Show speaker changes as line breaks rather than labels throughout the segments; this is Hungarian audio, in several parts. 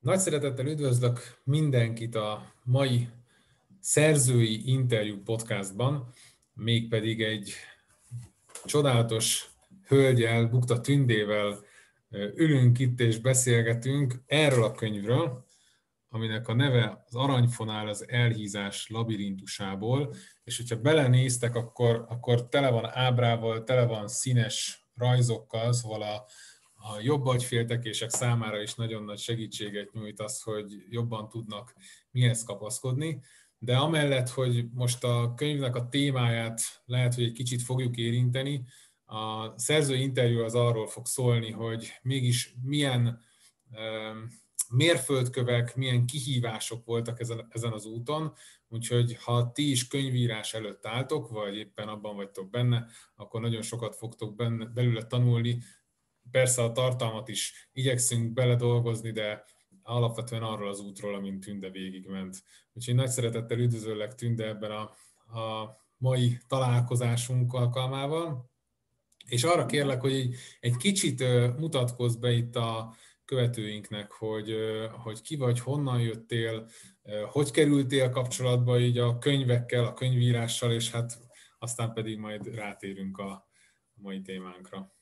Nagy szeretettel üdvözlök mindenkit a mai szerzői interjú podcastban, mégpedig egy csodálatos hölgyel, Bukta Tündével ülünk itt és beszélgetünk erről a könyvről, aminek a neve az Aranyfonál az elhízás labirintusából, és hogyha belenéztek, akkor tele van ábrával, tele van színes rajzokkal, szóval a jobb agyféltekések számára is nagyon nagy segítséget nyújt az, hogy jobban tudnak mihez kapaszkodni. De amellett, hogy most a könyvnek a témáját lehet, hogy egy kicsit fogjuk érinteni, a szerzői interjú az arról fog szólni, hogy mégis milyen mérföldkövek, milyen kihívások voltak ezen az úton, úgyhogy ha ti is könyvírás előtt álltok, vagy éppen abban vagytok benne, akkor nagyon sokat fogtok belőle tanulni. Persze a tartalmat is igyekszünk beledolgozni, de alapvetően arról az útról, amin Tünde végigment. Úgyhogy nagy szeretettel üdvözöllek, Tünde, ebben a mai találkozásunk alkalmával, és arra kérlek, hogy egy kicsit mutatkozz be itt a követőinknek, hogy ki vagy, honnan jöttél, hogy kerültél kapcsolatba így a könyvekkel, a könyvírással, és hát aztán pedig majd rátérünk a mai témánkra.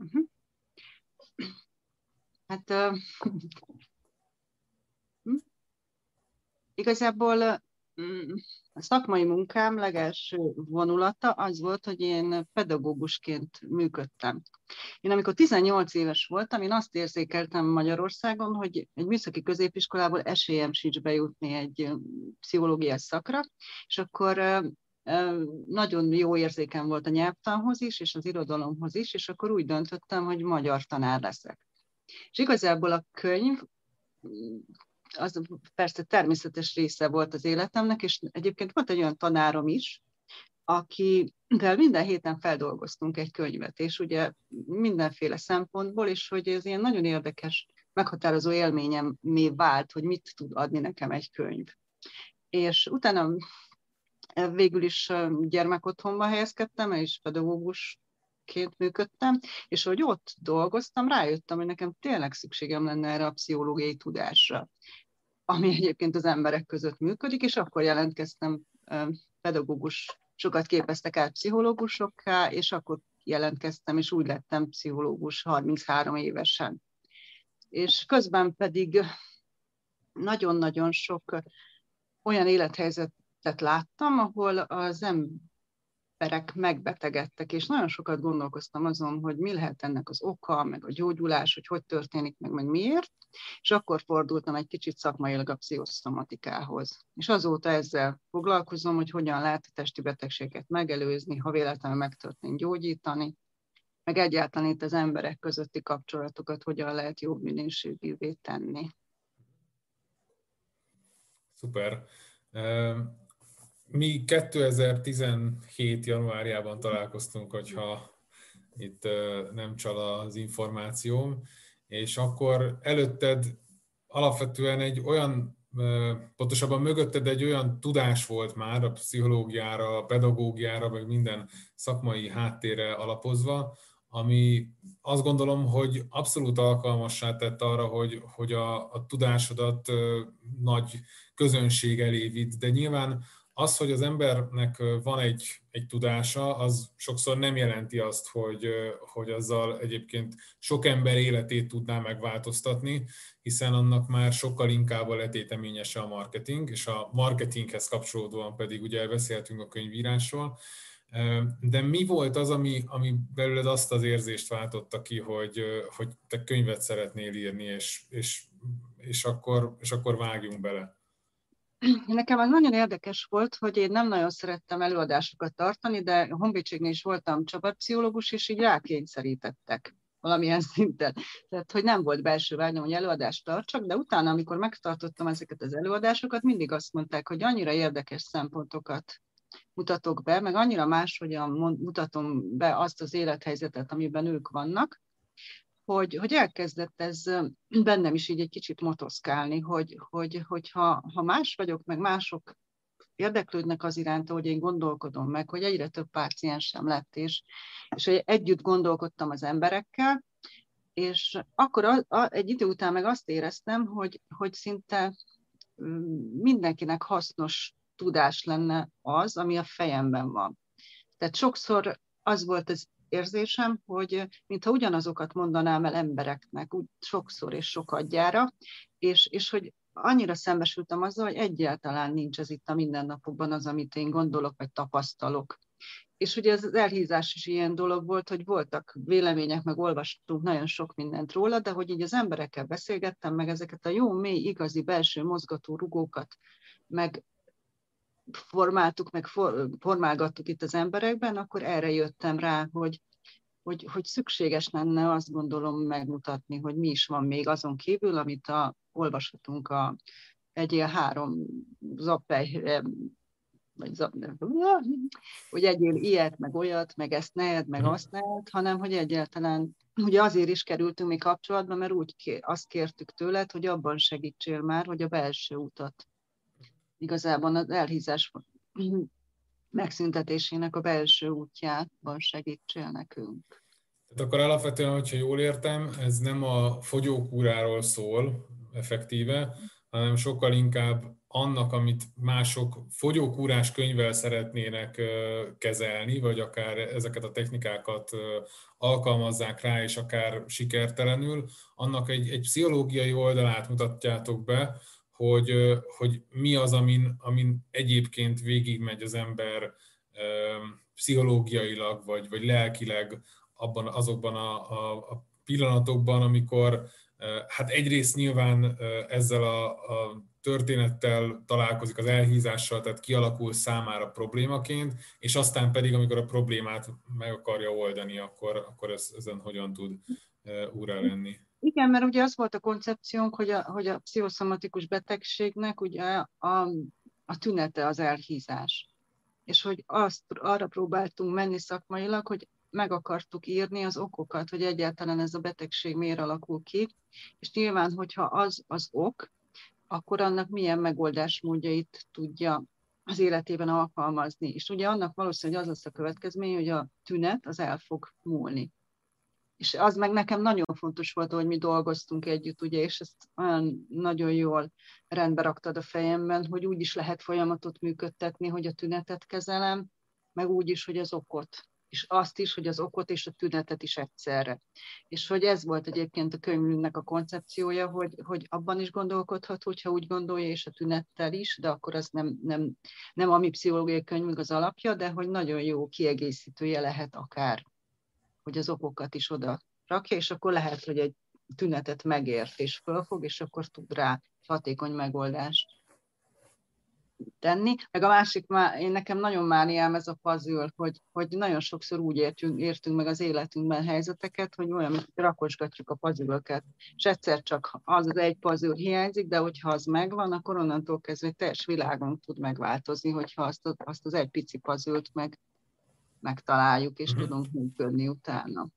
Hát igazából a szakmai munkám legelső vonulata az volt, hogy én pedagógusként működtem. Én amikor 18 éves voltam, én azt érzékeltem Magyarországon, hogy egy műszaki középiskolából esélyem sincs bejutni egy pszichológiás szakra, és akkor nagyon jó érzékem volt a nyelvtanhoz is, és az irodalomhoz is, és akkor úgy döntöttem, hogy magyar tanár leszek. És igazából a könyv az persze természetes része volt az életemnek, és egyébként volt egy olyan tanárom is, akivel minden héten feldolgoztunk egy könyvet, és ugye mindenféle szempontból, és hogy ez ilyen nagyon érdekes, meghatározó élményemmé vált, hogy mit tud adni nekem egy könyv. És utána végül is gyermekotthonba helyezkedtem, és pedagógusként működtem, és hogy ott dolgoztam, rájöttem, hogy nekem tényleg szükségem lenne erre a pszichológiai tudásra, ami egyébként az emberek között működik, és akkor jelentkeztem pedagógus, sokat képeztek át pszichológusokká, és akkor jelentkeztem, és úgy lettem pszichológus 33 évesen. És közben pedig nagyon-nagyon sok olyan élethelyzetet láttam, ahol az emberek megbetegedtek, és nagyon sokat gondolkoztam azon, hogy mi lehet ennek az oka, meg a gyógyulás, hogy történik meg miért, és akkor fordultam egy kicsit szakmailag a pszichoszomatikához. És azóta ezzel foglalkozom, hogy hogyan lehet a testi betegséget megelőzni, ha véletlenül megtörtént, gyógyítani, meg egyáltalán itt az emberek közötti kapcsolatokat hogyan lehet jobb minőségűvé tenni.
Szuper. Mi 2017. januárjában találkoztunk, hogyha itt nem csal az információm, és akkor előtted alapvetően egy olyan, pontosabban mögötted egy olyan tudás volt már a pszichológiára, a pedagógiára, meg minden szakmai háttérre alapozva, ami azt gondolom, hogy abszolút alkalmassá tett arra, hogy a tudásodat nagy közönség elé vidd, de nyilván az, hogy az embernek van egy tudása, az sokszor nem jelenti azt, hogy azzal egyébként sok ember életét tudná megváltoztatni, hiszen annak már sokkal inkább a letéteményese a marketing, és a marketinghez kapcsolódóan pedig ugye beszéltünk a könyvírásról. De mi volt az, ami belőled azt az érzést váltotta ki, hogy te könyvet szeretnél írni, és akkor vágjunk bele?
Nekem az nagyon érdekes volt, hogy én nem nagyon szerettem előadásokat tartani, de a honvédségnél is voltam csapatpszichológus, és így rákényszerítettek valamilyen szinten. Tehát, hogy nem volt belső vágyam, hogy előadást tartsak, de utána, amikor megtartottam ezeket az előadásokat, mindig azt mondták, hogy annyira érdekes szempontokat mutatok be, meg annyira máshogyan mutatom be azt az élethelyzetet, amiben ők vannak, hogy elkezdett ez bennem is így egy kicsit motoszkálni, hogy ha más vagyok, meg mások érdeklődnek az iránt, hogy én gondolkodom meg, hogy egyre több páciensem lett, és hogy együtt gondolkodtam az emberekkel, És akkor egy idő után meg azt éreztem, hogy szinte mindenkinek hasznos tudás lenne az, ami a fejemben van. Tehát sokszor az volt az érzésem, hogy mintha ugyanazokat mondanám el embereknek, úgy sokszor és sokadjára, és hogy annyira szembesültem azzal, hogy egyáltalán nincs ez itt a mindennapokban az, amit én gondolok, vagy tapasztalok. És ugye ez az elhízás is ilyen dolog volt, hogy voltak vélemények, meg olvastunk nagyon sok mindent róla, de hogy így az emberekkel beszélgettem, meg ezeket a jó, mély, igazi belső mozgató rugókat meg formáltuk, meg formálgattuk itt az emberekben, akkor erre jöttem rá, hogy szükséges lenne azt gondolom megmutatni, hogy mi is van még azon kívül, amit olvashatunk egyél 3 zappely, vagy hogy egyél ilyet, meg olyat, meg ezt ne edd, meg azt ne edd, hanem hogy egyáltalán ugye azért is kerültünk mi kapcsolatba, mert úgy azt kértük tőled, hogy abban segítsél már, hogy a belső utat, igazából az elhízás megszüntetésének a belső útjában segítsél nekünk.
Tehát akkor alapvetően, hogyha jól értem, ez nem a fogyókúráról szól effektíve, hanem sokkal inkább annak, amit mások fogyókúrás könyvvel szeretnének kezelni, vagy akár ezeket a technikákat alkalmazzák rá, és akár sikertelenül, annak egy pszichológiai oldalát mutatjátok be, hogy mi az, amin egyébként végigmegy az ember pszichológiailag, vagy lelkileg azokban a pillanatokban, amikor hát egyrészt nyilván ezzel a történettel találkozik, az elhízással, tehát kialakul számára problémaként, és aztán pedig, amikor a problémát meg akarja oldani, akkor ezen hogyan tud úrrá lenni.
Igen, mert ugye az volt a koncepciónk, hogy a pszichoszomatikus betegségnek ugye a tünete az elhízás. És hogy arra próbáltunk menni szakmailag, hogy meg akartuk írni az okokat, hogy egyáltalán ez a betegség miért alakul ki, és nyilván, hogyha az ok, akkor annak milyen megoldásmódjait tudja az életében alkalmazni. És ugye annak valószínűleg az lesz a következmény, hogy a tünet az el fog múlni. És az meg nekem nagyon fontos volt, hogy mi dolgoztunk együtt, ugye, és ezt olyan nagyon jól rendbe raktad a fejemben, hogy úgy is lehet folyamatot működtetni, hogy a tünetet kezelem, meg úgy is, hogy az okot. És azt is, hogy az okot és a tünetet is egyszerre. És hogy ez volt egyébként a könyvünknek a koncepciója, hogy abban is gondolkodhat, hogyha úgy gondolja, és a tünettel is, de akkor az nem a mi pszichológiai könyvünk az alapja, de hogy nagyon jó kiegészítője lehet akár, hogy az okokat is oda rakja, és akkor lehet, hogy egy tünetet megért és fölfog, és akkor tud rá hatékony megoldást tenni. Meg a másik, nekem nagyon mániám ez a puzzle, hogy nagyon sokszor úgy értünk meg az életünkben helyzeteket, hogy olyan, mint rakosgatjuk a puzzle-öket, és egyszer csak az egy puzzle hiányzik, de hogyha az megvan, akkor onnantól kezdve egy teljes világon tud megváltozni, hogyha azt az egy pici puzzle-t megtaláljuk, és tudunk működni utána.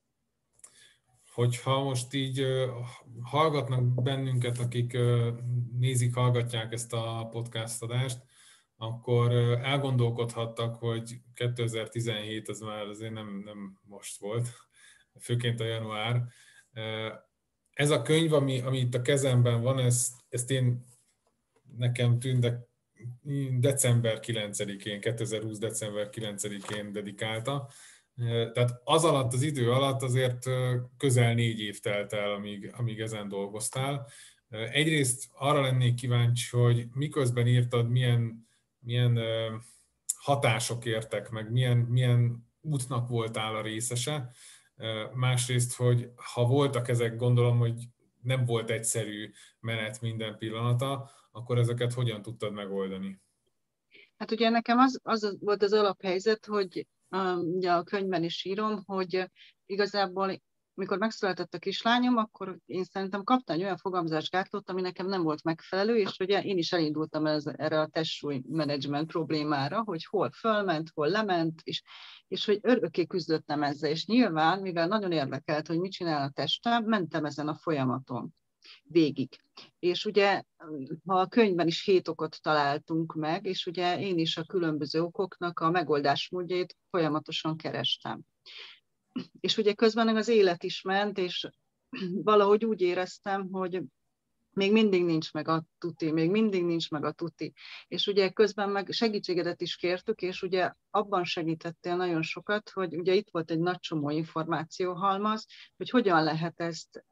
Hogyha most így hallgatnak bennünket, akik nézik, hallgatják ezt a podcast adást, akkor elgondolkodhattak, hogy 2017 az már azért nem most volt, főként a január. Ez a könyv, ami itt a kezemben van, ezt nekem tűnt december 9-én, 2020. december 9-én dedikálta. Tehát az alatt, az idő alatt azért közel 4 év telt el, amíg ezen dolgoztál. Egyrészt arra lennék kíváncsi, hogy miközben írtad, milyen hatások értek meg, milyen útnak voltál a részese. Másrészt, hogy ha voltak ezek, gondolom, hogy nem volt egyszerű menet minden pillanata, akkor ezeket hogyan tudtad megoldani?
Hát ugye nekem az volt az alaphelyzet, hogy ugye a könyvben is írom, hogy igazából mikor megszületett a kislányom, akkor én szerintem kaptam egy olyan fogamzásgátlót, ami nekem nem volt megfelelő, és ugye én is elindultam erre a testsúly menedzsment problémára, hogy hol fölment, hol lement, és hogy örökké küzdöttem ezzel, és nyilván, mivel nagyon érdekelt, hogy mit csinál a testem, mentem ezen a folyamaton végig. És ugye a könyvben is 7 okot találtunk meg, és ugye én is a különböző okoknak a megoldásmódjait folyamatosan kerestem. És ugye közben az élet is ment, és valahogy úgy éreztem, hogy még mindig nincs meg a tuti, még mindig nincs meg a tuti. És ugye közben meg segítségedet is kértük, és ugye abban segítettél nagyon sokat, hogy ugye itt volt egy nagy csomó információhalmaz, hogy hogyan lehet ezt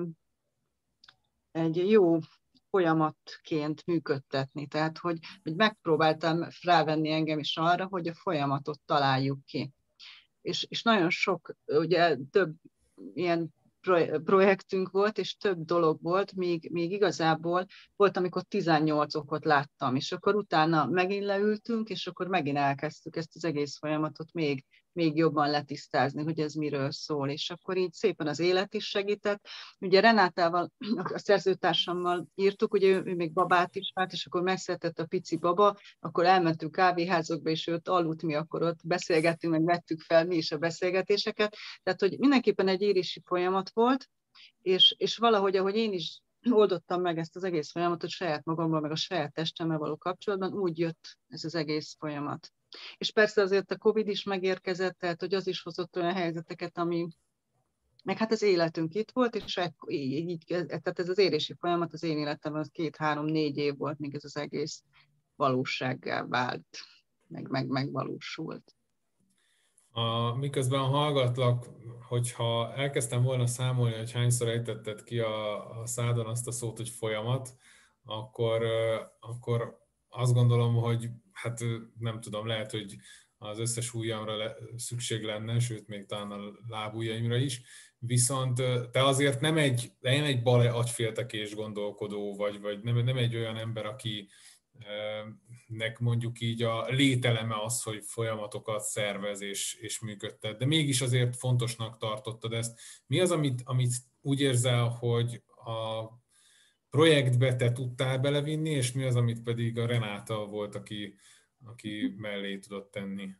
egy jó folyamatként működtetni. Tehát, hogy megpróbáltam rávenni engem is arra, hogy a folyamatot találjuk ki. És nagyon sok, ugye több ilyen projektünk volt, és több dolog volt, még igazából volt, amikor 18 okot láttam, és akkor utána megint leültünk, és akkor megint elkezdtük ezt az egész folyamatot még jobban letisztázni, hogy ez miről szól, és akkor így szépen az élet is segített. Ugye Renátával, a szerzőtársammal írtuk, ugye ő még babát is vált, és akkor megszületett a pici baba, akkor elmentünk kávéházokba, és őt aludt, mi akkor ott beszélgettünk, meg vettük fel mi is a beszélgetéseket, tehát hogy mindenképpen egy írási folyamat volt, és valahogy, ahogy én is oldottam meg ezt az egész folyamatot saját magammal, meg a saját testemmel való kapcsolatban, úgy jött ez az egész folyamat. És persze azért a Covid is megérkezett, tehát hogy az is hozott olyan helyzeteket, ami, meg hát az életünk itt volt, és tehát ez az érési folyamat az én életemben az 2-3-4 év volt, míg ez az egész valósággá vált, meg megvalósult.
Miközben hallgatlak, hogyha elkezdtem volna számolni, hogy hányszor ejtetted ki a szádon azt a szót, hogy folyamat, akkor azt gondolom, hogy hát nem tudom, lehet, hogy az összes ujjamra szükség lenne, sőt még talán a lábujjaimra is, viszont te azért nem egy bal agyféltekés gondolkodó vagy nem egy olyan ember, aki nek mondjuk így a lételeme az, hogy folyamatokat szervez és működtet, de mégis azért fontosnak tartottad ezt. Mi az, amit úgy érzel, hogy a projektbe te tudtál belevinni, és mi az, amit pedig a Renáta volt, aki mellé tudott tenni?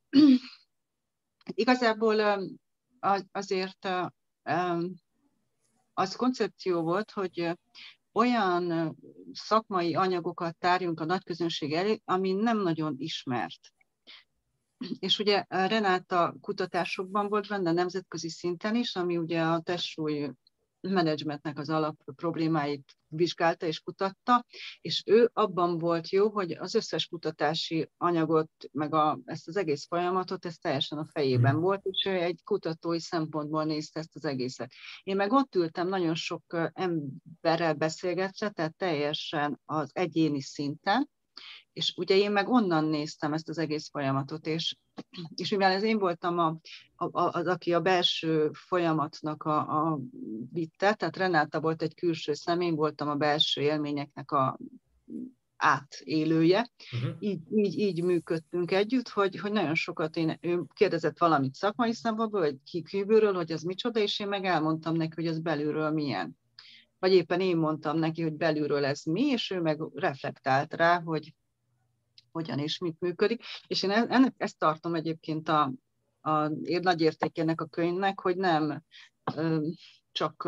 Igazából azért az koncepció volt, hogy olyan szakmai anyagokat tárjunk a nagyközönség elé, ami nem nagyon ismert. És ugye Renáta kutatásokban volt benne nemzetközi szinten is, ami ugye a testsúly menedzsmentnek az alap problémáit vizsgálta és kutatta, és ő abban volt jó, hogy az összes kutatási anyagot, meg ezt az egész folyamatot, ez teljesen a fejében volt, és ő egy kutatói szempontból nézte ezt az egészet. Én meg ott ültem nagyon sok emberrel beszélgetve, tehát teljesen az egyéni szinten, és ugye én meg onnan néztem ezt az egész folyamatot, és mivel ez én voltam az, aki a belső folyamatnak a vitte, tehát Renáta volt egy külső szem, én voltam a belső élményeknek a átélője. Így működtünk együtt, hogy nagyon sokat ő kérdezett valamit szakmai szempontból, vagy kívülről, hogy az micsoda, és én meg elmondtam neki, hogy az belülről milyen. Vagy éppen én mondtam neki, hogy belülről ez mi, és ő meg reflektált rá, hogy hogyan és mit működik. És én ezt tartom egyébként a nagy értékének a könyvnek, hogy nem csak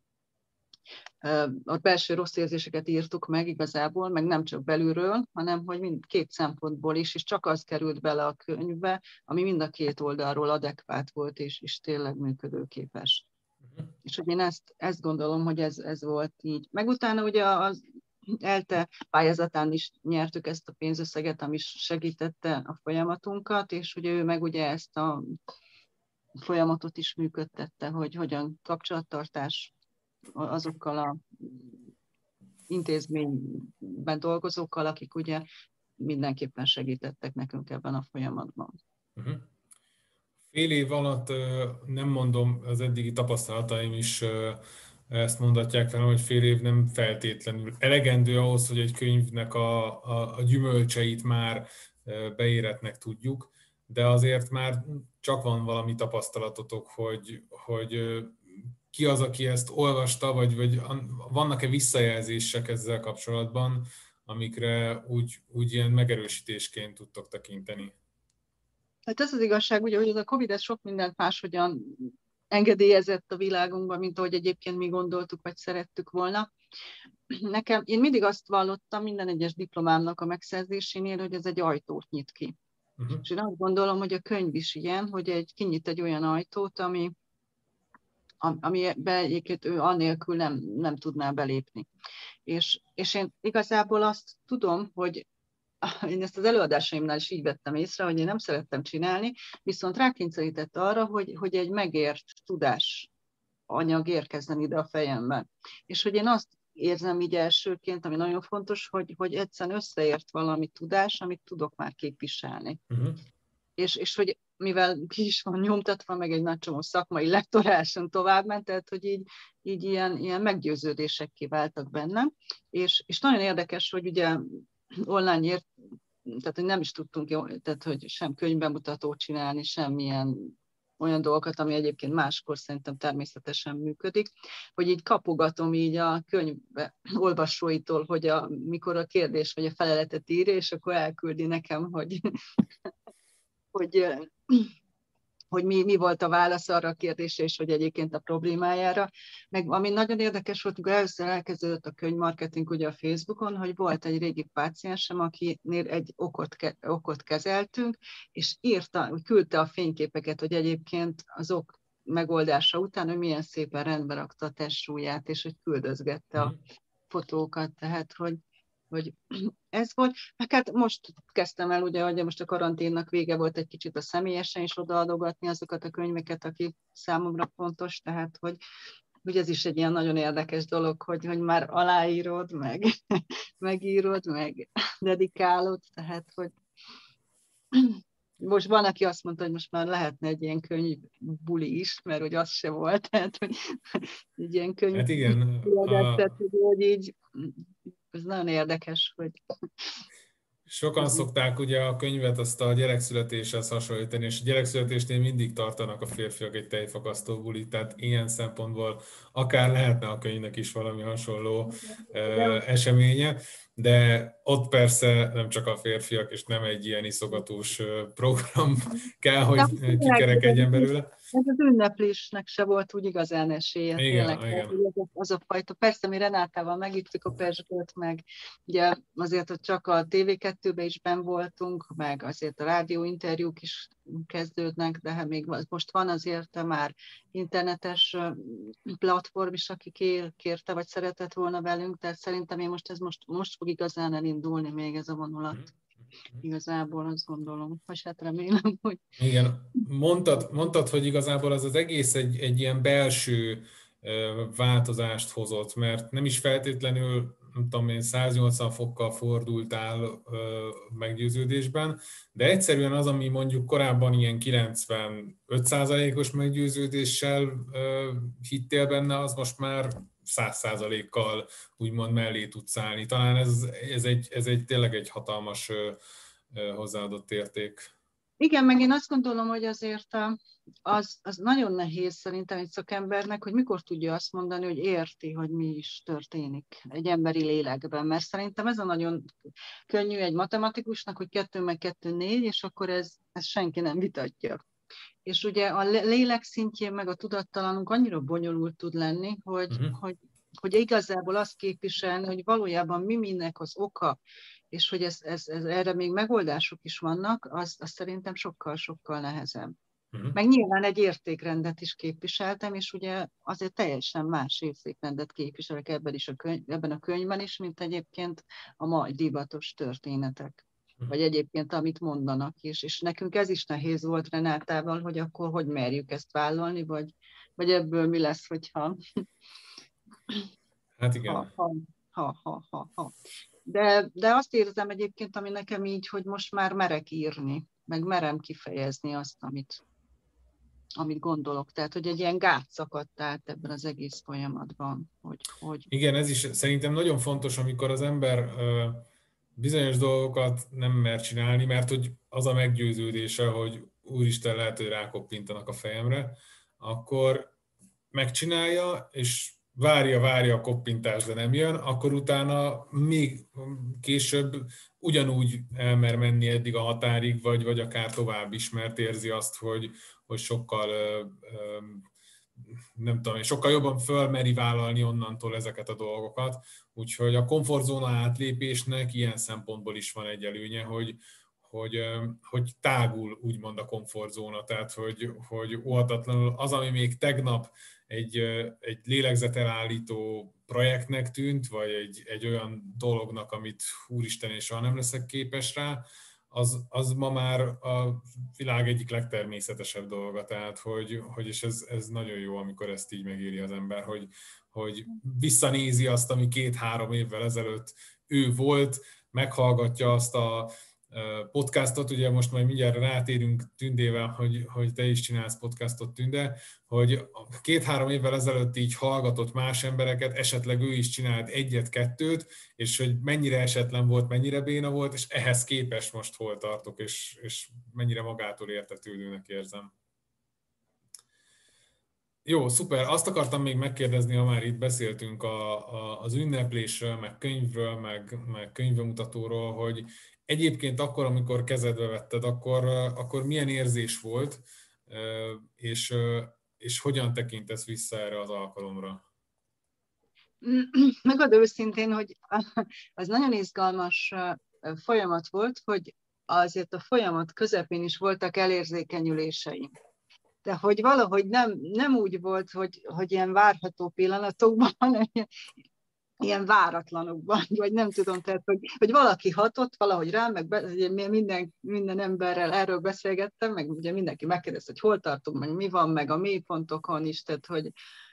a belső rossz érzéseket írtuk meg igazából, meg nem csak belülről, hanem hogy két szempontból is, és csak az került bele a könyvbe, ami mind a két oldalról adekvát volt, és tényleg működőképes. És hogy én ezt gondolom, hogy ez volt így. Meg utána ugye az ELTE pályázatán is nyertük ezt a pénzösszeget, ami segítette a folyamatunkat, és ugye ő meg ugye ezt a folyamatot is működtette, hogy hogyan kapcsolattartás azokkal a intézményben dolgozókkal, akik ugye mindenképpen segítettek nekünk ebben a folyamatban.
Fél év alatt nem mondom, az eddigi tapasztalataim is ezt mondatják velem, hogy fél év nem feltétlenül elegendő ahhoz, hogy egy könyvnek a gyümölcseit már beéretnek tudjuk, de azért már csak van valami tapasztalatotok, hogy ki az, aki ezt olvasta, vagy vannak-e visszajelzések ezzel kapcsolatban, amikre úgy ilyen megerősítésként tudtok tekinteni?
Hát ez az igazság, ugye, hogy ez a Covid ez sok mindent máshogyan engedélyezett a világunkban, mint ahogy egyébként mi gondoltuk, vagy szerettük volna. Én mindig azt vallottam minden egyes diplomámnak a megszerzésénél, hogy ez egy ajtót nyit ki. És én azt gondolom, hogy a könyv is ilyen, hogy kinyit egy olyan ajtót, ami amiben egyébként ő anélkül nem tudná belépni. És én igazából azt tudom, hogy én ezt az előadásaimnál is így vettem észre, hogy én nem szerettem csinálni, viszont rákényszerített arra, hogy egy megért tudás anyag érkezzen ide a fejembe. És hogy én azt érzem így elsőként, ami nagyon fontos, hogy egyszerűen összeért valami tudás, amit tudok már képviselni. Uh-huh. És hogy mivel ki is van nyomtatva, meg egy nagy csomó szakmai lektoráson továbbment, tehát hogy így ilyen meggyőződések kiváltak bennem. És nagyon érdekes, hogy ugye online tehát hogy nem is tudtunk, tehát hogy sem könyvbemutatót csinálni, semmilyen olyan dolgokat, ami egyébként máskor szerintem természetesen működik, hogy így kapogatom így a könyv olvasóitól, hogy mikor a kérdés vagy a feleletet írja, és akkor elküldi nekem, hogy mi volt a válasz arra a kérdésre, és hogy egyébként a problémájára. Meg ami nagyon érdekes volt, amikor először elkezdődött a könyvmarketing ugye a Facebookon, hogy volt egy régi páciensem, akinél egy okot kezeltünk, és küldte a fényképeket, hogy egyébként az ok megoldása után, hogy milyen szépen rendbe rakta a testsúlyát, és hogy küldözgette a fotókat, tehát hogy ez volt. Hát most kezdtem el, ugye, hogy most a karanténnak vége volt, egy kicsit a személyesen is odaadogatni azokat a könyveket, akik számomra fontos, tehát hogy ez is egy ilyen nagyon érdekes dolog, hogy már aláírod, meg megírod, meg dedikálod, tehát hogy most van, aki azt mondta, hogy most már lehetne egy ilyen könyvbuli is, mert hogy az se volt, tehát hogy egy ilyen könyv.
Hát igen.
Hogy így, ez nagyon érdekes, hogy...
Sokan szokták ugye a könyvet azt a gyerekszületéshez hasonlítani, és a gyerekszületésnél mindig tartanak a férfiak egy tejfakasztó bulit, tehát ilyen szempontból akár lehetne a könyvnek is valami hasonló eseménye, de ott persze nem csak a férfiak, és nem egy ilyen iszogatós program kell, hogy kikerekedjen belőle.
Ez az ünneplésnek se volt úgy igazán esélye.
Igen.
Az a fajta. Persze, mi Renátával megittük a pezsgőt, meg ugye azért, hogy csak a TV2-ben is benn voltunk, meg azért a rádióinterjúk is kezdődnek, de még most van azért már internetes platform is, aki kérte, vagy szeretett volna velünk, tehát szerintem most fog igazán elindulni még ez a vonulat. Igazából azt gondolom, vagy hát remélem, hogy...
Igen, mondtad, hogy igazából az egész egy ilyen belső változást hozott, mert nem is feltétlenül, nem tudom én, 180 fokkal fordultál meggyőződésben, de egyszerűen az, ami mondjuk korábban ilyen 95%-os meggyőződéssel hittél benne, az most már 100%-kal úgymond mellé tudsz állni. Talán ez egy tényleg egy hatalmas hozzáadott érték.
Igen, meg én azt gondolom, hogy azért az nagyon nehéz szerintem egy szakembernek, hogy mikor tudja azt mondani, hogy érti, hogy mi is történik egy emberi lélekben, mert szerintem ez a nagyon könnyű egy matematikusnak, hogy 2 meg 2 4, és akkor ez senki nem vitatja. És ugye a lélek szintjén meg a tudattalanunk annyira bonyolult tud lenni, hogy igazából azt képviselni, hogy valójában minek az oka, és hogy erre még megoldások is vannak, az szerintem sokkal-sokkal nehezebb. Meg nyilván egy értékrendet is képviseltem, és ugye azért teljesen más értékrendet képviselek ebben a könyvben is, mint egyébként a mai divatos történetek. Vagy egyébként, amit mondanak is. És nekünk ez is nehéz volt Renátával, hogy akkor hogy merjük ezt vállalni, vagy ebből mi lesz, hogyha...
Hát igen.
De azt érzem egyébként, ami nekem így, hogy most már merek írni, meg merem kifejezni azt, amit gondolok. Tehát, hogy egy ilyen gát szakadt át ebben az egész folyamatban. Hogy...
Igen, ez is szerintem nagyon fontos, amikor az ember bizonyos dolgokat nem mer csinálni, mert hogy az a meggyőződése, hogy úristen, lehet, hogy rákoppintanak a fejemre, akkor megcsinálja, és várja a koppintás, de nem jön, akkor utána még később ugyanúgy elmer menni eddig a határig, vagy akár tovább is, mert érzi azt, hogy sokkal, nem tudom, sokkal jobban fölmeri vállalni onnantól ezeket a dolgokat. Úgyhogy a komfortzóna átlépésnek ilyen szempontból is van egy előnye, hogy tágul úgymond a komfortzóna, tehát hogy óhatatlanul az, ami még tegnap egy lélegzetelállító projektnek tűnt, vagy egy olyan dolognak, amit úristen, és soha nem leszek képes rá, az ma már a világ egyik legtermészetesebb dolga. Tehát, és ez nagyon jó, amikor ezt így megéri az ember, hogy visszanézi azt, ami 2-3 évvel ezelőtt ő volt, meghallgatja azt a podcastot, ugye most majd mindjárt rátérünk Tündével, hogy te is csinálsz podcastot, Tünde, hogy 2-3 évvel ezelőtt így hallgatott más embereket, esetleg ő is csinált 1-2, és hogy mennyire esetlen volt, mennyire béna volt, és ehhez képest most hol tartok, és mennyire magától értetődőnek érzem. Jó, szuper. Azt akartam még megkérdezni, ha már itt beszéltünk az ünneplésről, meg könyvről, meg könyvbemutatóról, hogy egyébként akkor, amikor kezedbe vetted, akkor milyen érzés volt, és hogyan tekintesz vissza erre az alkalomra?
Megad őszintén, hogy az nagyon izgalmas folyamat volt, hogy azért a folyamat közepén is voltak elérzékenyüléseim. De hogy valahogy nem úgy volt, hogy ilyen várható pillanatokban, hanem ilyen váratlanokban, vagy nem tudom, tehát, hogy valaki hatott valahogy rám, meg minden emberrel erről beszélgettem, meg ugye mindenki megkérdezte, hogy hol tartunk, meg mi van, meg a mélypontokon is, tehát, hogy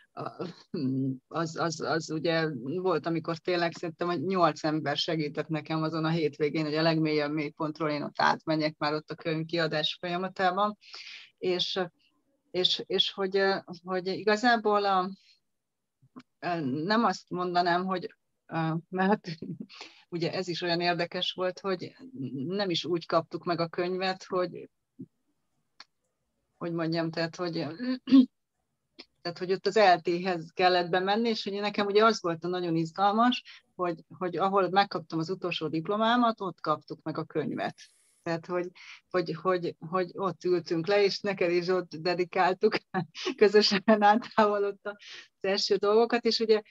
az ugye volt, amikor tényleg szerintem, hogy 8 ember segített nekem azon a hétvégén, hogy a legmélyebb mélypontról én ott átmenjek már ott a könyvkiadás folyamatában, és hogy igazából nem azt mondanám, hogy mert ugye ez is olyan érdekes volt, hogy nem is úgy kaptuk meg a könyvet, hogy mondjam, tehát hogy ott az LT-hez kellett bemenni, és ugye nekem ugye az volt a nagyon izgalmas, hogy ahol megkaptam az utolsó diplomámat, ott kaptuk meg a könyvet. Tehát, hogy ott ültünk le, és neked is ott dedikáltuk közösen általában ott az első dolgokat, és ugye,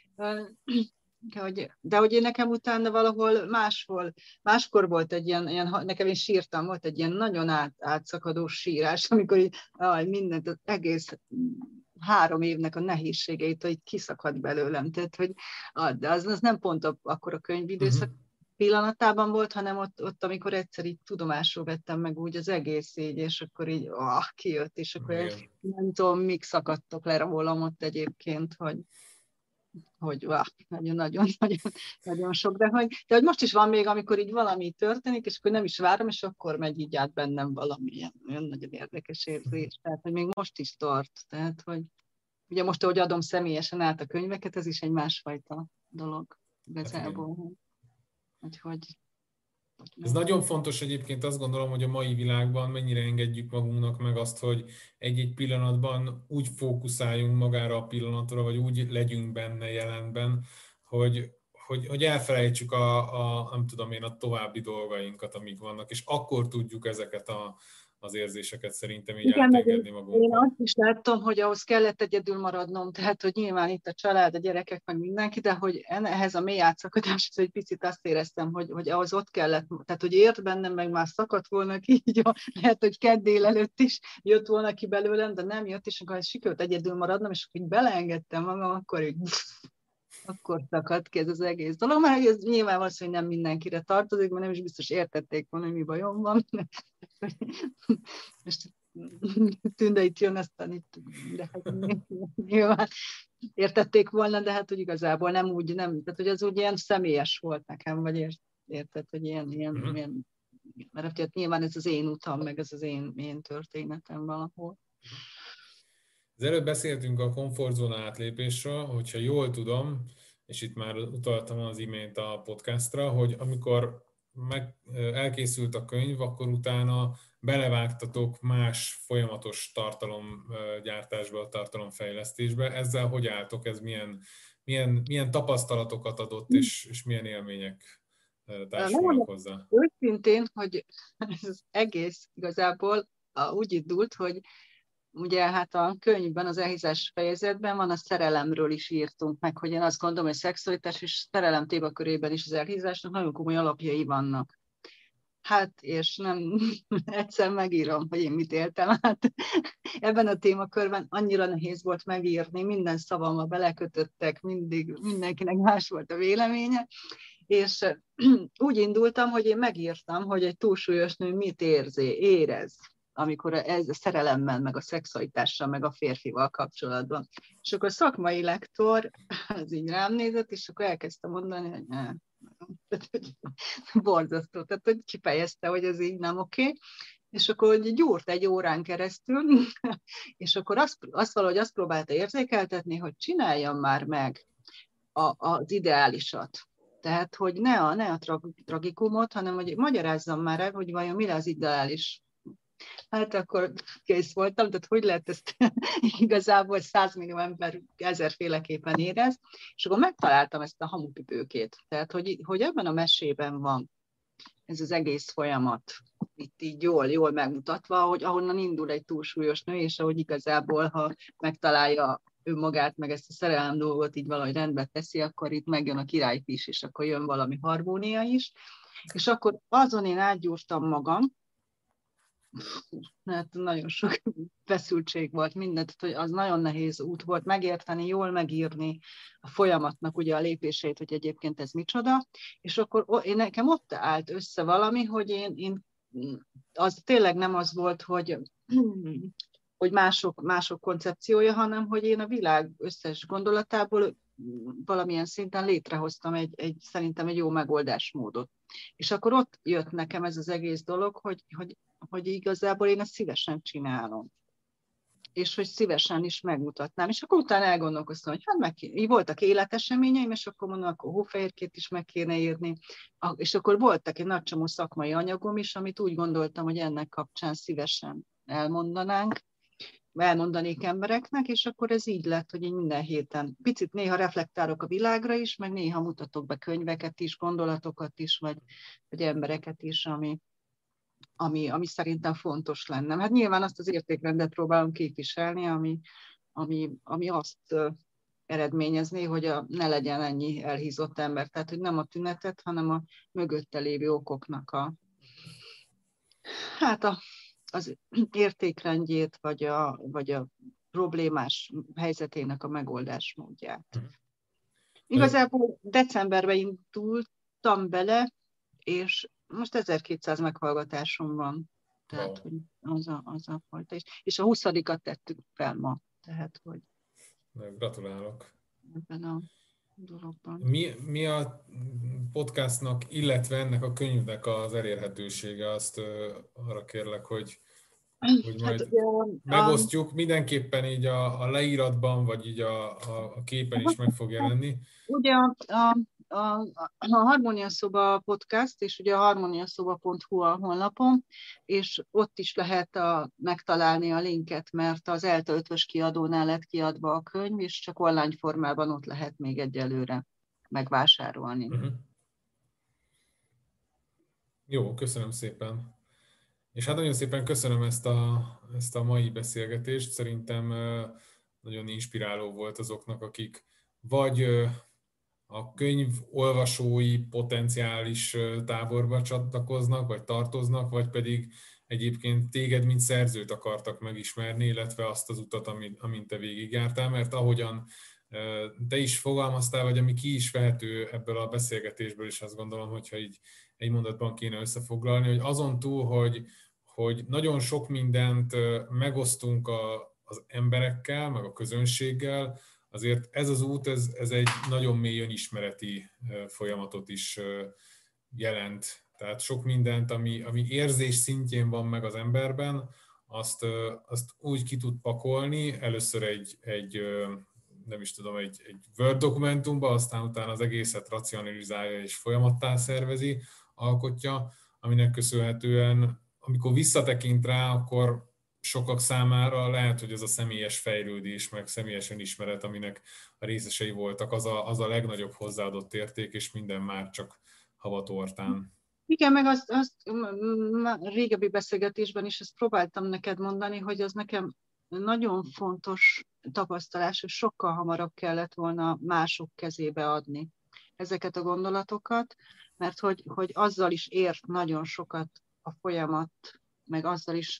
de hogy én nekem utána valahol máskor volt egy ilyen nekem én sírtam, volt egy ilyen nagyon átszakadó sírás, amikor így, mindent, az egész 3 évnek a nehézségeit, hogy kiszakadt belőlem. Tehát, hogy de az nem pont akkor a könyvidőszak pillanatában volt, hanem ott, amikor egyszer így tudomásul vettem meg úgy az egész így, és akkor így kijött, és akkor nem tudom, mik szakadtok le rólam ott egyébként, hogy nagyon sok, de hogy most is van még, amikor így valami történik, és akkor nem is várom, és akkor megy így át bennem valami olyan nagyon érdekes érzés. Tehát, hogy még most is tart. Tehát, hogy ugye most, ahogy adom személyesen át a könyveket, ez is egy másfajta dolog igazából.
Ez nagyon fontos egyébként, azt gondolom, hogy a mai világban mennyire engedjük magunknak meg azt, hogy egy-egy pillanatban úgy fókuszáljunk magára a pillanatra, vagy úgy legyünk benne jelenben, hogy elfelejtsük nem tudom én, a további dolgainkat, amik vannak, és akkor tudjuk ezeket az érzéseket szerintem így átengedni magunknak.
Én azt is láttam, hogy ahhoz kellett egyedül maradnom, tehát hogy nyilván itt a család, a gyerekek, meg mindenki, de hogy ehhez a mély átszakadáshoz egy picit azt éreztem, hogy ahhoz ott kellett, tehát hogy ért bennem, meg már szakadt volna ki, így lehet, hogy kedd délelőtt is jött volna ki belőlem, de nem jött, és akkor sikerült egyedül maradnom, és akkor így beleengedtem magam, akkor szakadt ki ez az egész dolog, mert ez nyilván valószínűleg nem mindenkire tartozik, mert nem is biztos értették volna, hogy mi bajom van. Most Tünde itt jön, aztán itt, de hát nyilván értették volna, de hát hogy igazából nem, tehát hogy az úgy ilyen személyes volt nekem, vagy érted, hogy ilyen mert hát nyilván ez az én utam, meg ez az én történetem valahol.
Az előbb beszéltünk a komfortzóna átlépésről, hogyha jól tudom, és itt már utaltam az imént a podcastra, hogy amikor elkészült a könyv, akkor utána belevágtatok más folyamatos tartalomgyártásba, tartalomfejlesztésbe. Ezzel hogy álltok? Ez milyen tapasztalatokat adott, és milyen élmények társulnak hozzá?
Őszintén, hogy ez egész igazából úgy indult, hogy ugye hát a könyvben, az elhízás fejezetben van a szerelemről is írtunk meg, hogy én azt gondolom, hogy szexualitás és szerelem témakörében is az elhízásnak nagyon komoly alapjai vannak. Hát, és nem egyszer megírom, hogy én mit éltem át. Ebben a témakörben annyira nehéz volt megírni, minden szavammal belekötöttek, mindig mindenkinek más volt a véleménye, és úgy indultam, hogy én megírtam, hogy egy túlsúlyos nő mit érez, amikor ez a szerelemmel, meg a szexualitással, meg a férfival kapcsolatban. És akkor a szakmai lektor az így rám nézett, és akkor elkezdtem mondani, hogy borzasztó, tehát hogy kifejezte, hogy ez így nem oké. És akkor gyúrt egy órán keresztül, és akkor valahogy azt próbálta érzékeltetni, hogy csináljam már meg az ideálisat. Tehát, hogy ne a tragikumot, hanem hogy magyarázzam már el, hogy vajon mi az ideális. Hát akkor kész voltam, tehát hogy lehet ezt igazából 100 millió ember 1000-féleképpen érez, és akkor megtaláltam ezt a hamupipőkét. Tehát, hogy ebben a mesében van ez az egész folyamat, itt így jól megmutatva, hogy ahonnan indul egy túlsúlyos nő, és ahogy igazából, ha megtalálja önmagát, meg ezt a szerelem dolgot így valahogy rendbe teszi, akkor itt megjön a királyfi is, és akkor jön valami harmónia is. És akkor azon én átgyúrtam magam, mert nagyon sok feszültség volt mindent, hogy az nagyon nehéz út volt megérteni, jól megírni a folyamatnak ugye a lépéseit, hogy egyébként ez micsoda, és akkor nekem ott állt össze valami, hogy én az tényleg nem az volt, hogy mások koncepciója, hanem hogy én a világ összes gondolatából valamilyen szinten létrehoztam szerintem egy jó megoldásmódot. És akkor ott jött nekem ez az egész dolog, hogy igazából én ezt szívesen csinálom. És hogy szívesen is megmutatnám. És akkor utána elgondolkoztam, hogy hát voltak életeseményeim, és akkor mondom, akkor hófehérkét is meg kéne írni. És akkor voltak egy nagy csomó szakmai anyagom is, amit úgy gondoltam, hogy ennek kapcsán szívesen elmondanék embereknek, és akkor ez így lett, hogy én minden héten picit néha reflektálok a világra is, meg néha mutatok be könyveket is, gondolatokat is, vagy embereket is, ami szerintem fontos lenne. Hát nyilván azt az értékrendet próbálom képviselni, ami azt eredményezné, hogy ne legyen ennyi elhízott ember. Tehát, hogy nem a tünetet, hanem a mögötte lévő okoknak az értékrendjét, vagy a problémás helyzetének a megoldásmódját. Igazából decemberben indultam bele, és most 1200 meghallgatásom van. Tehát, hogy az a fajta. És a 20-at tettük fel ma. Tehát, hogy...
Gratulálok.
Ebben a dologban.
Mi a podcastnak, illetve ennek a könyvnek az elérhetősége? Azt arra kérlek, hogy majd megosztjuk. Mindenképpen így a leíratban, vagy így a képen is meg fog jelenni.
Ugye a Harmónia Szoba podcast, és ugye a harmoniaszoba.hu a honlapon, és ott is lehet megtalálni a linket, mert az ELTE 5-ös kiadónál lett kiadva a könyv, és csak online formában ott lehet még egyelőre megvásárolni.
Uh-huh. Jó, köszönöm szépen. És hát nagyon szépen köszönöm ezt a mai beszélgetést. Szerintem nagyon inspiráló volt azoknak, akik vagy a könyv olvasói potenciális táborba csatlakoznak, vagy tartoznak, vagy pedig egyébként téged, mint szerzőt akartak megismerni, illetve azt az utat, amint te végigjártál, mert ahogyan te is fogalmaztál, vagy ami ki is vehető ebből a beszélgetésből, és azt gondolom, hogyha így egy mondatban kéne összefoglalni, hogy azon túl, hogy nagyon sok mindent megosztunk az emberekkel, meg a közönséggel, azért ez az út, ez egy nagyon mély önismereti folyamatot is jelent. Tehát sok mindent, ami érzés szintjén van meg az emberben, azt úgy ki tud pakolni, először egy nem is tudom, egy Word dokumentumba, aztán utána az egészet racionalizálja és folyamattá szervezi, alkotja, aminek köszönhetően, amikor visszatekint rá, akkor sokak számára lehet, hogy ez a személyes fejlődés, meg személyes önismeret, aminek a részesei voltak, az a legnagyobb hozzáadott érték, és minden már csak havatortán.
Igen, meg azt régebbi beszélgetésben is ezt próbáltam neked mondani, hogy az nekem nagyon fontos tapasztalás, hogy sokkal hamarabb kellett volna mások kezébe adni ezeket a gondolatokat, mert hogy azzal is ért nagyon sokat a folyamat, meg azzal is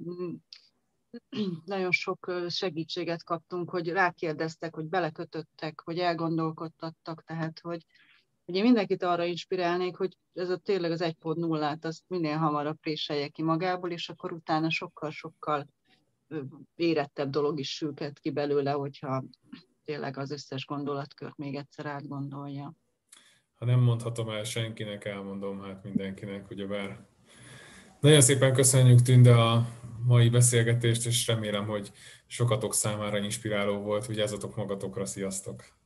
nagyon sok segítséget kaptunk, hogy rákérdeztek, hogy belekötöttek, hogy elgondolkodtattak, tehát hogy én mindenkit arra inspirálnék, hogy ez a tényleg az 1.0-át azt minél hamarabb préselje ki magából, és akkor utána sokkal-sokkal érettebb dolog is sülket ki belőle, hogyha tényleg az összes gondolatkört még egyszer átgondolja.
Ha nem mondhatom el senkinek, elmondom hát mindenkinek, ugyebár. Nagyon szépen köszönjük, Tünde, a mai beszélgetést, és remélem, hogy sokatok számára inspiráló volt. Vigyázzatok magatokra, sziasztok!